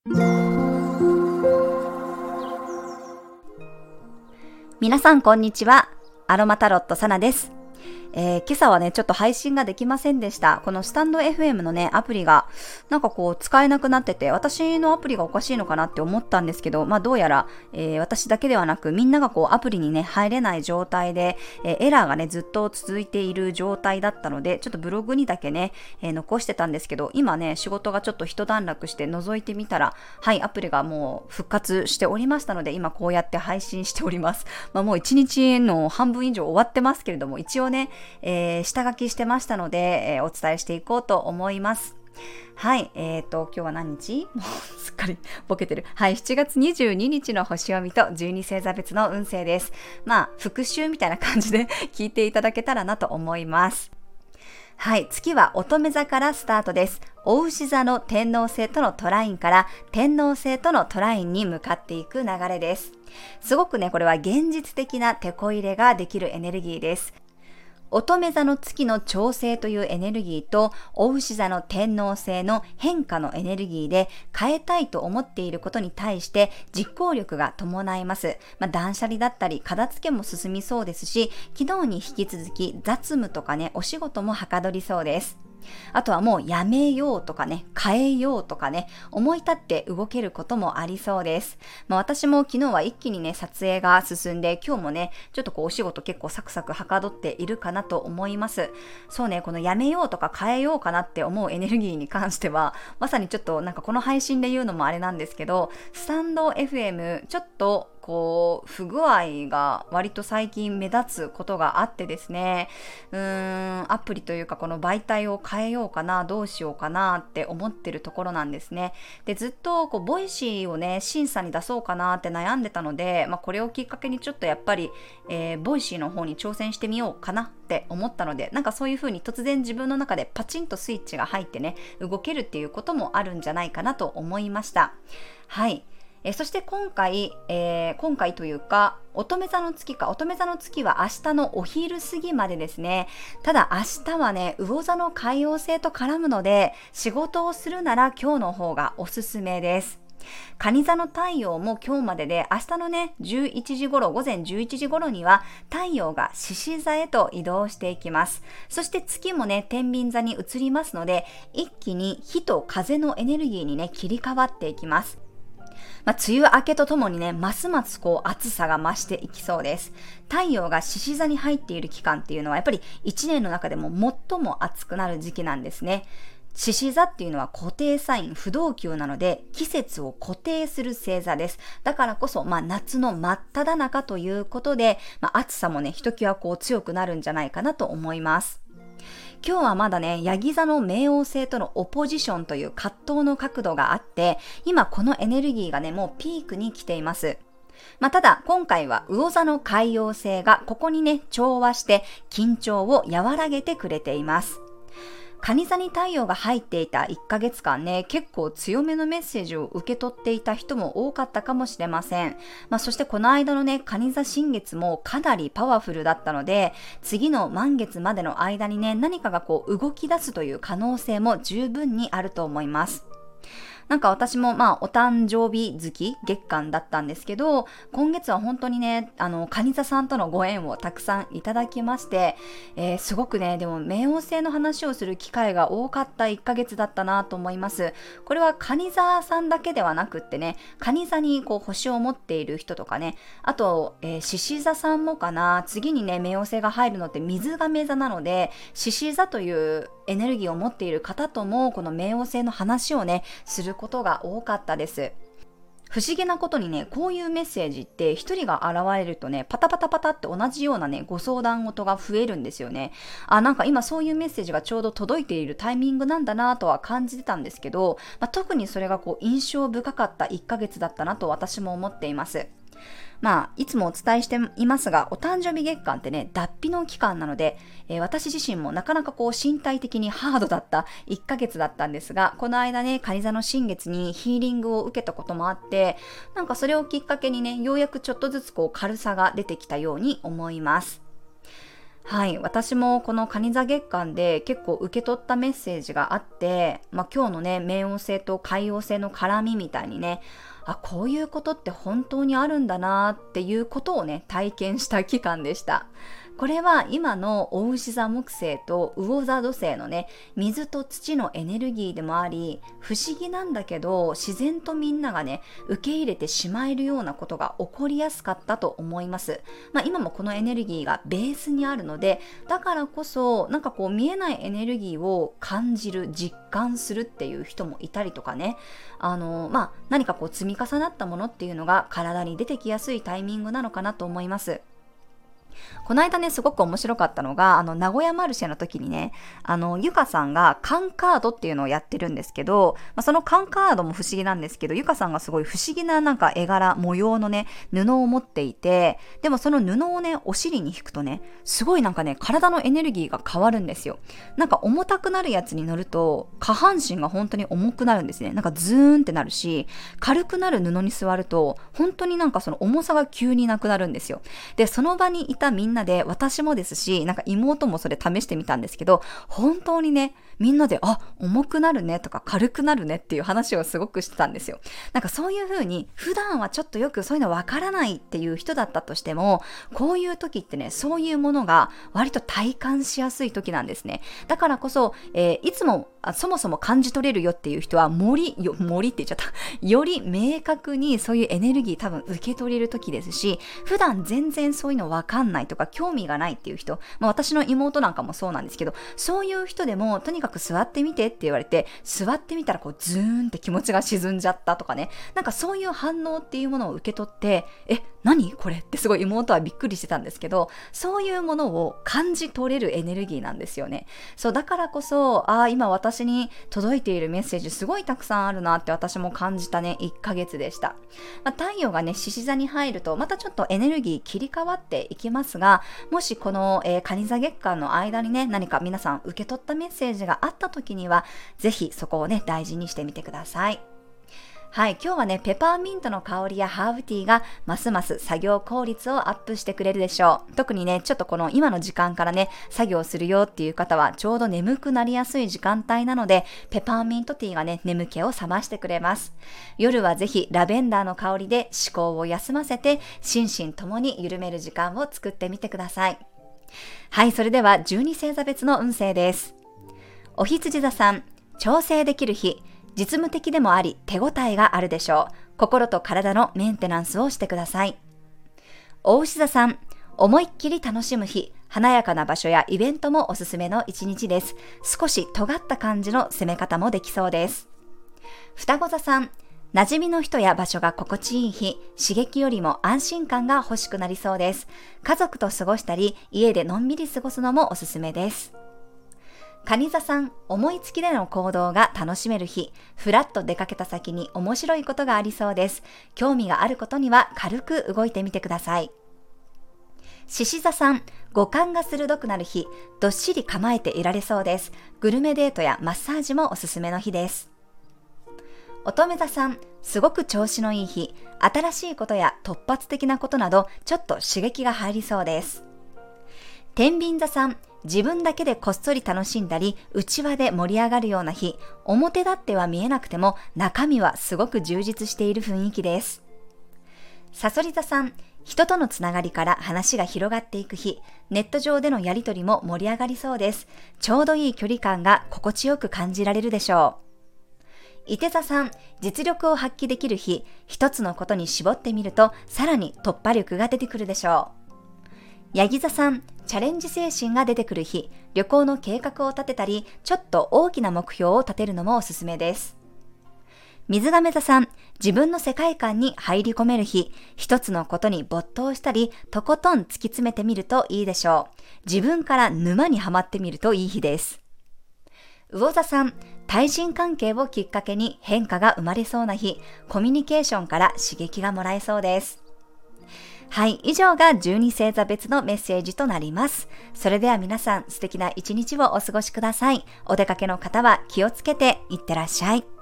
皆さんこんにちは。アロマタロットサナです。今朝はねちょっと配信ができませんでした。このスタンド FM のねアプリがなんか使えなくなってて、私のアプリがおかしいのかなって思ったんですけど、どうやら、私だけではなくみんながアプリにね入れない状態で、エラーがねずっと続いている状態だったので、ちょっとブログにだけね、残してたんですけど、今ね仕事がちょっと一段落して覗いてみたら、アプリがもう復活しておりましたので、今こうやって配信しております。もう1日の半分以上終わってますけれども、一応ね下書きしてましたので、お伝えしていこうと思います。はい、今日は何日？もうすっかりボケてる。7月22日の星読みと12星座別の運勢です。復習みたいな感じで聞いていただけたらなと思います。はい、月は乙女座からスタートです。牡牛座の天王星とのトラインから天王星とのトラインに向かっていく流れです。すごくね、これは現実的なテこ入れができるエネルギーです。乙女座の月の調整というエネルギーと、牡牛座の天王星の変化のエネルギーで変えたいと思っていることに対して実行力が伴います。断捨離だったり片付けも進みそうですし、昨日に引き続き雑務とかね、お仕事もはかどりそうです。あとはもうやめようとかね、変えようとかね、思い立って動けることもありそうです。私も昨日は一気にね、撮影が進んで、今日もね、ちょっとお仕事結構サクサクはかどっているかなと思います。そうね、このやめようとか変えようかなって思うエネルギーに関しては、まさにちょっとこの配信で言うのもあれなんですけど、スタンド FM ちょっと不具合が割と最近目立つことがあってですね、アプリというかこの媒体を変えようかな、どうしようかなって思ってるところなんですね。で、ずっとボイシーをね審査に出そうかなって悩んでたので、これをきっかけにちょっとやっぱり、ボイシーの方に挑戦してみようかなって思ったので、そういう風に突然自分の中でパチンとスイッチが入ってね、動けるっていうこともあるんじゃないかなと思いました。はい。そして今回というか、乙女座の月は明日のお昼過ぎまでですね。ただ明日はね、魚座の海王星と絡むので、仕事をするなら今日の方がおすすめです。蟹座の太陽も今日までで、明日のね、午前11時頃には太陽が獅子座へと移動していきます。そして月もね、天秤座に移りますので、一気に火と風のエネルギーにね、切り替わっていきます。梅雨明けとともにね、ますます暑さが増していきそうです。太陽が獅子座に入っている期間っていうのはやっぱり1年の中でも最も暑くなる時期なんですね。獅子座っていうのは固定サイン、不動級なので季節を固定する星座です。だからこそ、夏の真っ只中ということで、暑さもね、ひときわ強くなるんじゃないかなと思います。今日はまだね、ヤギ座の冥王星とのオポジションという葛藤の角度があって、今このエネルギーがね、もうピークに来ています。ただ今回は魚座の海王星がここにね、調和して緊張を和らげてくれています。蟹座に太陽が入っていた1ヶ月間ね、結構強めのメッセージを受け取っていた人も多かったかもしれません。そしてこの間のね、蟹座新月もかなりパワフルだったので、次の満月までの間にね、何かが動き出すという可能性も十分にあると思います。私もお誕生日月間だったんですけど、今月は本当にね、蟹座さんとのご縁をたくさんいただきまして、すごくね、でも冥王星の話をする機会が多かった1ヶ月だったなと思います。これは蟹座さんだけではなくってね、蟹座に星を持っている人とかね、あと、獅子座さんもかな、次にね、冥王星が入るのって水亀座なので、獅子座というエネルギーを持っている方ともこの冥王星の話をねすることが多かったです。不思議なことにね、こういうメッセージって一人が現れるとね、パタパタパタって同じようなねご相談事が増えるんですよね。今そういうメッセージがちょうど届いているタイミングなんだなとは感じてたんですけど、特にそれが印象深かった1ヶ月だったなと私も思っています。いつもお伝えしていますが、お誕生日月間ってね、脱皮の期間なので、私自身もなかなか身体的にハードだった1ヶ月だったんですが、この間ね、蟹座の新月にヒーリングを受けたこともあって、それをきっかけにね、ようやくちょっとずつ軽さが出てきたように思います。 はい。私もこの蟹座月間で結構受け取ったメッセージがあって、今日のね、冥王星と海王星の絡みみたいにね、こういうことって本当にあるんだなっていうことをね、体験した期間でした。これは今の牡牛座木星と魚座土星のね、水と土のエネルギーでもあり、不思議なんだけど、自然とみんながね、受け入れてしまえるようなことが起こりやすかったと思います。今もこのエネルギーがベースにあるので、だからこそ、なんかこう見えないエネルギーを感じる、実感するっていう人もいたりとかね、何かこう積み重なったものっていうのが体に出てきやすいタイミングなのかなと思います。この間ね、すごく面白かったのが、名古屋マルシェの時にね、ゆかさんが缶カードっていうのをやってるんですけど、その缶カードも不思議なんですけど、ゆかさんがすごい不思議ななんか絵柄、模様のね、布を持っていて、でもその布をね、お尻に引くとね、すごいなんかね、体のエネルギーが変わるんですよ。なんか重たくなるやつに乗ると、下半身が本当に重くなるんですね。なんかズーンってなるし、軽くなる布に座ると、本当になんかその重さが急になくなるんですよ。で、その場にいたみんなで、私もですし、なんか妹もそれ試してみたんですけど、本当にね、みんなで、重くなるねとか軽くなるねっていう話をすごくしてたんですよ。なんかそういう風に、普段はちょっとよくそういうのわからないっていう人だったとしても、こういう時ってね、そういうものが割と体感しやすい時なんですね。だからこそ、いつもそもそも感じ取れるよっていう人は、森って言っちゃった。より明確にそういうエネルギー多分受け取れる時ですし、普段全然そういうのわかんないとか興味がないっていう人、私の妹なんかもそうなんですけど、そういう人でもとにかく座ってみてって言われて、座ってみたらこうズーンって気持ちが沈んじゃったとかね、なんかそういう反応っていうものを受け取って、何これってすごい妹はびっくりしてたんですけど、そういうものを感じ取れるエネルギーなんですよね。そう、だからこそ、今私に届いているメッセージすごいたくさんあるなって私も感じたね、1ヶ月でした。太陽がね、獅子座に入ると、またちょっとエネルギー切り替わっていきますが、もしこの、蟹座月間の間にね、何か皆さん受け取ったメッセージがあった時には、ぜひそこをね、大事にしてみてください。はい、今日はね、ペパーミントの香りやハーブティーがますます作業効率をアップしてくれるでしょう。特にね、ちょっとこの今の時間からね、作業するよっていう方はちょうど眠くなりやすい時間帯なので、ペパーミントティーがね、眠気を覚ましてくれます。夜はぜひラベンダーの香りで思考を休ませて、心身ともに緩める時間を作ってみてください。はい、それでは12星座別の運勢です。お羊座さん、調整できる日、実務的でもあり手応えがあるでしょう。心と体のメンテナンスをしてください。牡牛座さん、思いっきり楽しむ日、華やかな場所やイベントもおすすめの一日です。少し尖った感じの攻め方もできそうです。双子座さん、馴染みの人や場所が心地いい日、刺激よりも安心感が欲しくなりそうです。家族と過ごしたり、家でのんびり過ごすのもおすすめです。蟹座さん、思いつきでの行動が楽しめる日、ふらっと出かけた先に面白いことがありそうです。興味があることには軽く動いてみてください。獅子座さん、五感が鋭くなる日、どっしり構えていられそうです。グルメデートやマッサージもおすすめの日です。乙女座さん、すごく調子のいい日、新しいことや突発的なことなど、ちょっと刺激が入りそうです。天秤座さん、自分だけでこっそり楽しんだり、内輪で盛り上がるような日、表立っては見えなくても、中身はすごく充実している雰囲気です。蠍座さん、人とのつながりから話が広がっていく日、ネット上でのやりとりも盛り上がりそうです。ちょうどいい距離感が心地よく感じられるでしょう。射手座さん、実力を発揮できる日、一つのことに絞ってみると、さらに突破力が出てくるでしょう。ヤギ座さん、チャレンジ精神が出てくる日、旅行の計画を立てたり、ちょっと大きな目標を立てるのもおすすめです。水亀座さん、自分の世界観に入り込める日、一つのことに没頭したり、とことん突き詰めてみるといいでしょう。自分から沼にはまってみるといい日です。魚座さん、対人関係をきっかけに変化が生まれそうな日、コミュニケーションから刺激がもらえそうです。はい、以上が12星座別のメッセージとなります。それでは皆さん、素敵な一日をお過ごしください。お出かけの方は気をつけていってらっしゃい。